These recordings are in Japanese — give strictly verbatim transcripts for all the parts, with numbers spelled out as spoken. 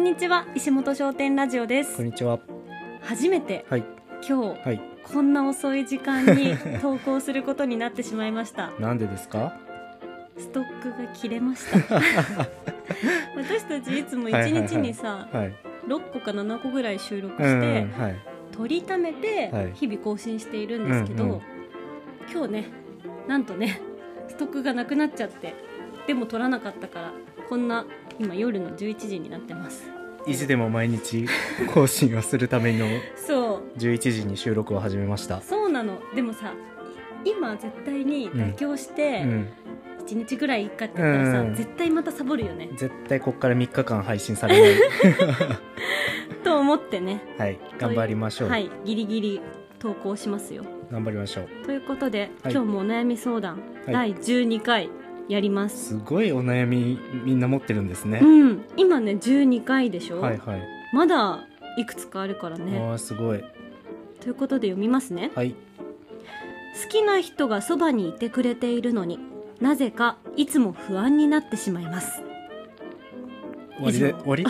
んにちは、石本商店ラジオです。 こんにちは。 初めて、 はい、 今日、 はい、 こんな遅い時間に投稿することになってしまいました。 なんでですか？ ストックが切れました私たちいつもいちにちにさ、 はい、 ろっこかななこぐらい収録して、 うんうん、はい、 取りためてはい日々更新しているんですけど、 うんうん、 今日ね、なんとね、ストックがなくなっちゃって、でも取らなかったからこんな今夜のじゅういちじになってます。 意地でも毎日更新をするためのそうじゅういちじに収録を始めました。 そうなの。でもさ、今絶対に妥協していちにちぐらいいっかって言ったらさ、 うん、 絶対またサボるよね。 絶対こっからみっかかん配信されないと思ってね、 はい頑張りましょう。 はい、ギリギリ投稿しますよ。 頑張りましょう。 ということで、 はい、 今日もお悩み相談、 はい、 だいじゅうにかいやります。 すごいお悩みみんな持ってるんですね。 うん、今ねじゅうにかいでしょ。 はいはい、 まだいくつかあるからね。 あーすごい。 ということで読みますね。 はい。 好きな人がそばにいてくれているのに、なぜかいつも不安になってしまいます。 終わりで終わり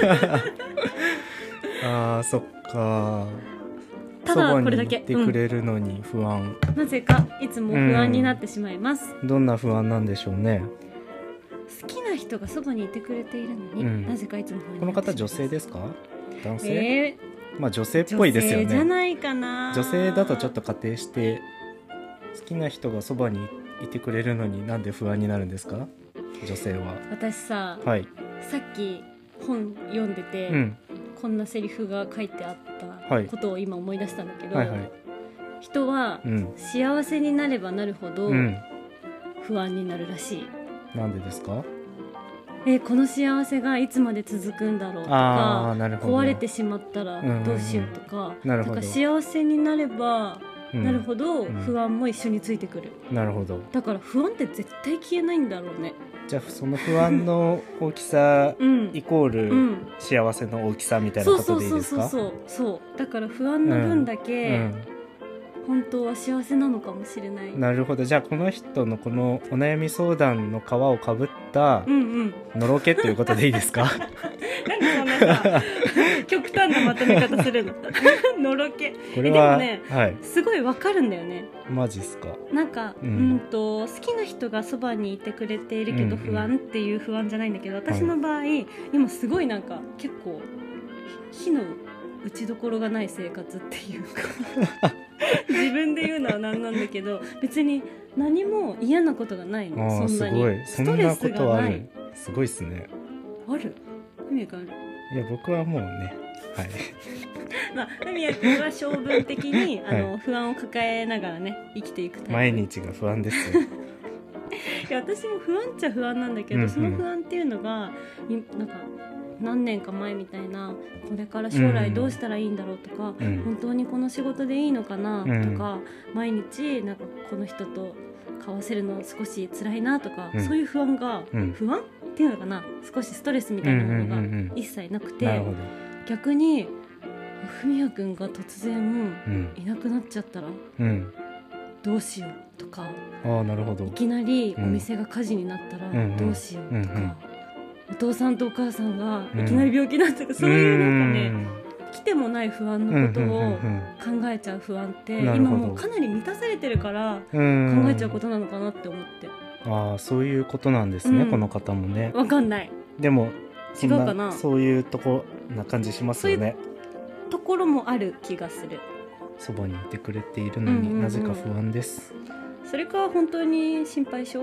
あーそっか。 ただこれだけそばにいてくれるのに不安、 うん、なぜかいつも不安になってしまいます、 うん、どんな不安なんでしょうね。 好きな人がそばにいてくれているのに、うん、なぜかいつも不安になってしまいます。 この方女性ですか？男性？ えー、 まあ女性っぽいですよね。 女性じゃないかな。 女性だとちょっと仮定して、好きな人がそばにいてくれるのになんで不安になるんですか？女性は。 私さ、 はい、 さっき本読んでて、うん、こんなセリフが書いてあったことを今思い出したんだけど、はいはいはい、人は幸せになればなるほど不安になるらしい、 うん、なんでですか？ えこの幸せがいつまで続くんだろうとか、壊れてしまったらどうしようとか、うんうんうん、なんか幸せになればなるほど不安も一緒についてくる、 うん、なるほど。 だから不安って絶対消えないんだろうね。 じゃあその不安の大きさイコール幸せの大きさみたいなことでいいですか？ そうそうそうそう。だから不安の分だけ、うんうん、本当は幸せなのかもしれない。 なるほど。じゃあこの人のこのお悩み相談の皮をかぶったのろけということでいいですか？ なんでそんなさ極端なまとめ方するののろけ。 これはでもね、 はい、すごいわかるんだよね。 マジっすか？なんか、うん、うんと好きな人がそばにいてくれているけど不安っていう不安じゃないんだけど、うんうん、私の場合、はい、今すごいなんか結構火の打ちどころがない生活っていうか自分で言うのはなんなんだけど、別に何も嫌なことがないの。そんなにすごいストレスがない。 すごいっすね。 ある？海がある？ いや僕はもうね、はいまあ、海谷君は性分的にあの、はい、不安を抱えながらね生きていくタイプ。 毎日が不安ですよ。 いや私も不安っちゃ不安なんだけど、うんうん、その不安っていうのがなんか何年か前みたいな、これから将来どうしたらいいんだろうとか、うん、本当にこの仕事でいいのかなとか、うん、毎日なんかこの人と交わせるの少し辛いなとか、うん、そういう不安が、うん、不安っていうのかな、少しストレスみたいなものが一切なくて、うんうんうんうん、逆に文也くんが突然いなくなっちゃったら、うん、どうしようとか、 あ、なるほど。 いきなりお店が火事になったらどうしようとか、うんうんうんうん、お父さんとお母さんがいきなり病気になったとか、うん、そういうなんかね、来てもない不安のことを考えちゃう不安って、うんうんうんうん、今もうかなり満たされてるから考えちゃうことなのかなって思って。 ああ、そういうことなんですね、うん、この方もね。 わかんない。 でも違うかな。 そういうとこな感じしますよね。 そういうところもある気がする。 そばにいてくれているのに、うんうんうん、なぜか不安です。 それか本当に心配性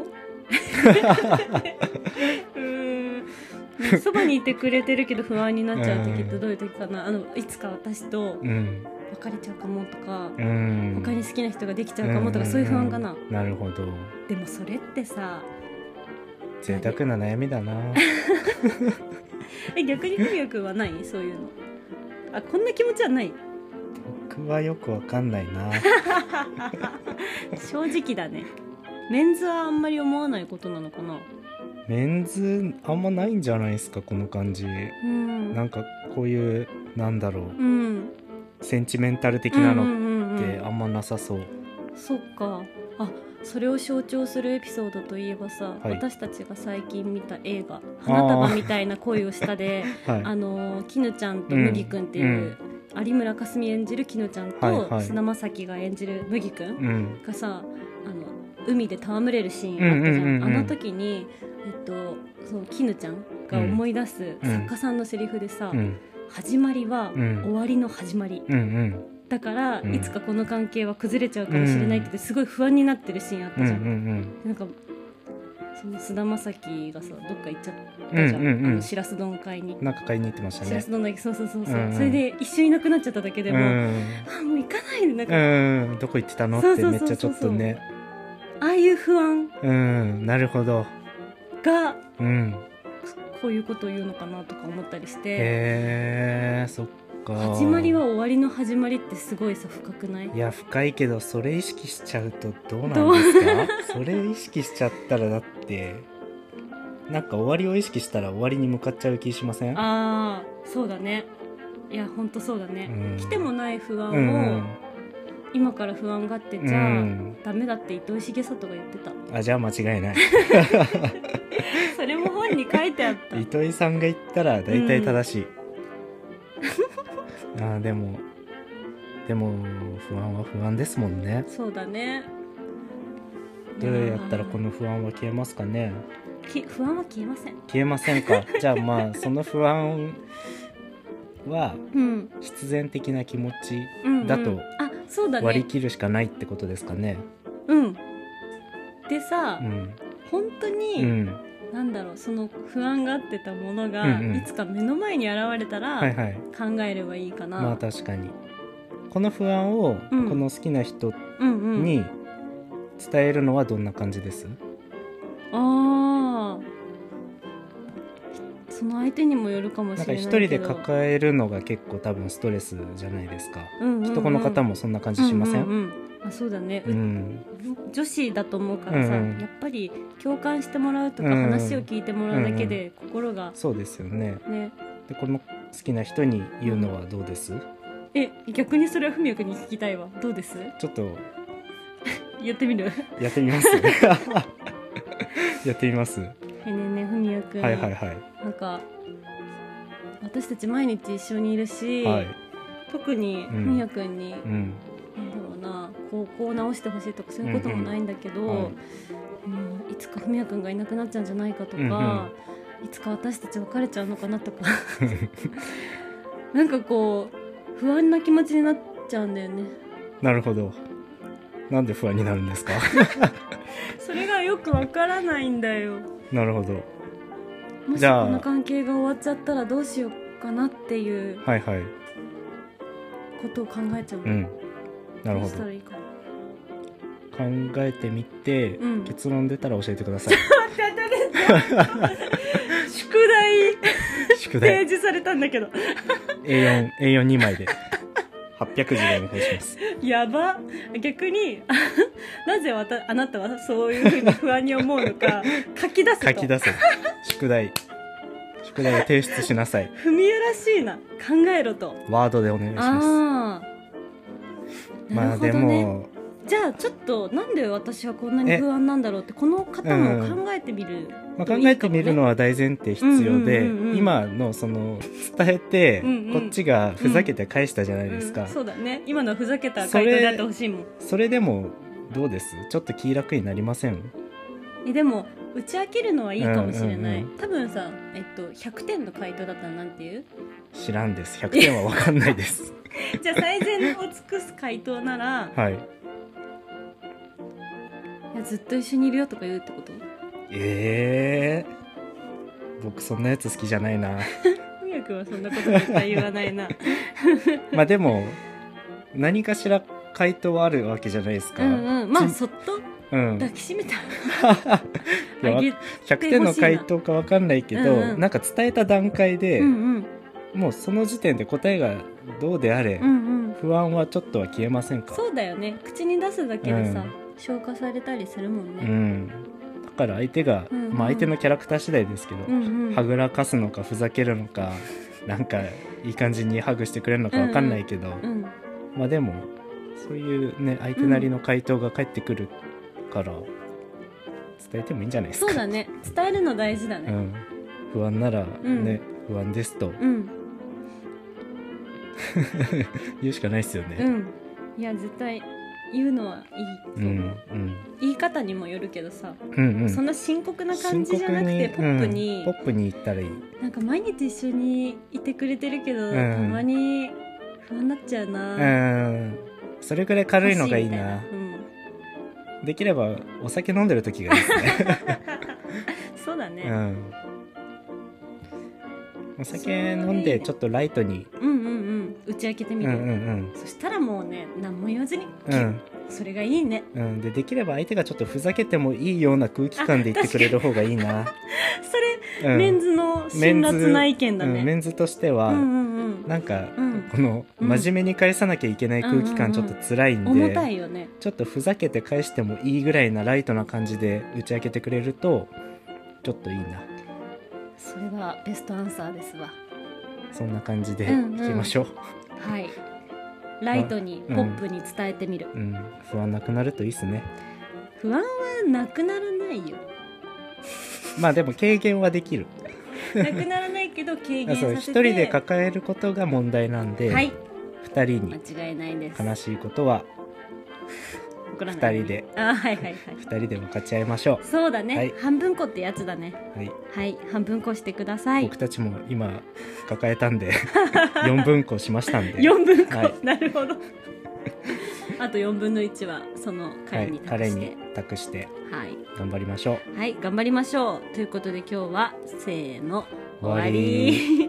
そばにいてくれてるけど不安になっちゃう時ってどういう時かな。あのいつか私と別れちゃうかもとか、うん、他に好きな人ができちゃうかもとか、うん、そういう不安かな。 なるほど。 でもそれってさ、 贅沢な悩みだなえ、逆にふみやくんはない？そういうの。あ、こんな気持ちはない？ 僕はよくわかんないな正直だね。メンズはあんまり思わないことなのかな。 メンズあんまないんじゃないですか、この感じ、うん、なんかこういうなんだろう、うん、センチメンタル的なのってあんまなさそう。 うんうんうんうん、そっか。 あ、それを象徴するエピソードといえばさ、 はい、 私たちが最近見た映画「花束みたいな恋をしたで」はい、あの絹ちゃんと麦くんっていう、うん、有村架純演じる絹ちゃんと菅、はい、田将暉が演じる麦くんがさ、うん、あの海で戯れるシーンあったじゃん、うんうんうんうん、あの時に、えっと、その絹ちゃんが思い出す作家さんのセリフでさ、うん、始まりは終わりの始まり、うんうんだから、うん、いつかこの関係は崩れちゃうかもしれないってすごい不安になってるシーンあったじゃん、うんうんうん、なんかその菅田将暉がさどっか行っちゃったじゃん、うんうんうん、あのしらす丼買いになんか買いに行ってましたね。 しらす丼だけそうそうそうそう、うんうん、それで一瞬いなくなっちゃっただけでも、うん、あもう行かないでなんか、 うん、どこ行ってたのってめっちゃちょっとねああいう不安うんなるほどが、 うん、 こういうことを言うのかなとか思ったりしてへーそっか始まりは終わりの始まりってすごいさ深くない？ いや深いけどそれ意識しちゃうとどうなんですかそれ意識しちゃったらだってなんか終わりを意識したら終わりに向かっちゃう気しません？ ああそうだねいやほんとそうだね、うん、来てもない不安を、うん、今から不安がってじゃあ、うん、ダメだって糸井重里が言ってた。 あじゃあ間違いないそれも本に書いてあった糸井さんが言ったら大体正しい、うん、あでもでも不安は不安ですもんね。 そうだね。 どうやったらこの不安は消えますかね？ き不安は消えません。 消えませんかじゃあまあその不安は必然的な気持ちだと割り切るしかないってことですかね。 うん、うん、でさ、うん、本当に、うん、なんだろうその不安がってたものが、うんうん、いつか目の前に現れたら、はいはい、考えればいいかな。 まあ確かにこの不安をこの好きな人に伝えるのはどんな感じです？ うんうん、あその相手にもよるかもしれないけどなんか一人で抱えるのが結構多分ストレスじゃないですか、うんうんうん、きっとこの方もそんな感じしません？うんうんうん、 あそうだね、うん、女子だと思うからさ、うんうん、やっぱり共感してもらうとか、うん、話を聞いてもらうだけで心が、 うんうん、そうですよ ね, ねでこの好きな人に言うのはどうです？うん、 え逆にそれはふみやくんに聞きたいわ。どうです？ ちょっとやってみる？ やってみますやってみます。 えねえねえふみやくん、 はいはいはい、 なんか私たち毎日一緒にいるし、はい、特にふみやくんに、うん、なんだろうなこうこう直してほしいとかそういうこともないんだけど、うんうんはい、いつかふみやくんがいなくなっちゃうんじゃないかとか、うんうん、いつか私たち別れちゃうのかなとかなんかこう不安な気持ちになっちゃうんだよね。 なるほど。なんで不安になるんですかそれがよくわからないんだよ。 なるほど。 もしこの関係が終わっちゃったらどうしようかなっていうことを考えちゃう、はいはい、うん、なるほど。どうしたらいいかな。 考えてみて、うん、結論出たら教えてください。 宿題宿題提示されたんだけどエーよん エーよんに 枚ではっぴゃくじでお願いします。 やば。逆になぜわたあなたはそういうふうに不安に思うのか書き出すと書き出す宿題宿題を提出しなさい。 ふみやらしいな。考えろとワードでお願いします。 あまあでもじゃあちょっとなんで私はこんなに不安なんだろうってこの方も考えてみる、うんまあ、考えてみるのは大前提必要で、うんうんうんうん、今のその伝えて、うんうん、こっちがふざけて返したじゃないですか、 うんうん、そうだね。今のはふざけた回答であってほしいもん。 それ、それでもどうです？ちょっと気楽になりません？ えでも打ち明けるのはいいかもしれない、うんうんうん、多分さ、えっと、ひゃくてんの回答だったらなんて言う？ 知らんです。ひゃくてんは分かんないですじゃあ最善を尽くす回答ならはい、いやずっと一緒にいるよとか言うってこと？ えー、僕そんなやつ好きじゃないな。 ふみやくんはそんなこと絶対言わないなまあでも何かしら回答はあるわけじゃないですか。 うんうん、まあそっと抱きしめたいやひゃくてんの回答か分かんないけど、うんうん、なんか伝えた段階で、うんうん、もうその時点で答えがどうであれ、うんうん、不安はちょっとは消えませんか？ そうだよね。口に出すだけでさ、うん、消化されたりするもんね、 うん、だから相手が、うんうん、まあ、相手のキャラクター次第ですけど、うんうん、はぐらかすのかふざけるのかなんかいい感じにハグしてくれるのか分かんないけど、うんうん、まあでもそういうね相手なりの回答が返ってくるから伝えてもいいんじゃないですか。 そうだね、伝えるの大事だね、 うん、不安ならね、うん、不安ですと、うん、言うしかないですよね、うん、 いや絶対言うのはいい、うんうん、言い方にもよるけどさ、うんうん、そんな深刻な感じじゃなくてポップに、 うん、ポップに言ったらいい。 なんか毎日一緒にいてくれてるけど、うん、たまに不安になっちゃうな、うん、 それぐらい軽いのがいいな、いな、うん、できればお酒飲んでる時がいいですねそうだね、うん、 お酒飲んでちょっとライトに、 うんうんうん、打ち明けてみる、うんうんうん、そしたらもうね何も言わずに、うん、それがいいね、 うん、でできれば相手がちょっとふざけてもいいような空気感で言ってくれる方がいいなそれ、うん、メンズの辛辣な意見だね、 うん、メンズとしては、うんうんうん、なんか、うん、この真面目に返さなきゃいけない空気感ちょっと辛いんで、うんうんうん、 重たいよね。 ちょっとふざけて返してもいいぐらいなライトな感じで打ち明けてくれるとちょっといいな。 それがベストアンサーですわ。そんな感じでいきましょう、 うんうん、はい、ライトにポップに伝えてみる、 うんうん、不安なくなるといいっすね。 不安はなくならないよまあでも軽減はできるなくならないけど軽減させて、 一人で抱えることが問題なんで、はい、ふたりに間違いないです。 悲しいことはふたりで、 あ、はいはいはい、 ふたりで分かち合いましょう。 そうだね、はい、半分こってやつだね。はい、はい、半分こしてください。 僕たちも今抱えたんでよんぶんこしましたんでよんぶんこ、はい、なるほどあとよんぶんのいちはその彼に託して、はい、彼に託して、はい、頑張りましょう。はい、頑張りましょうということで今日はせーの終わり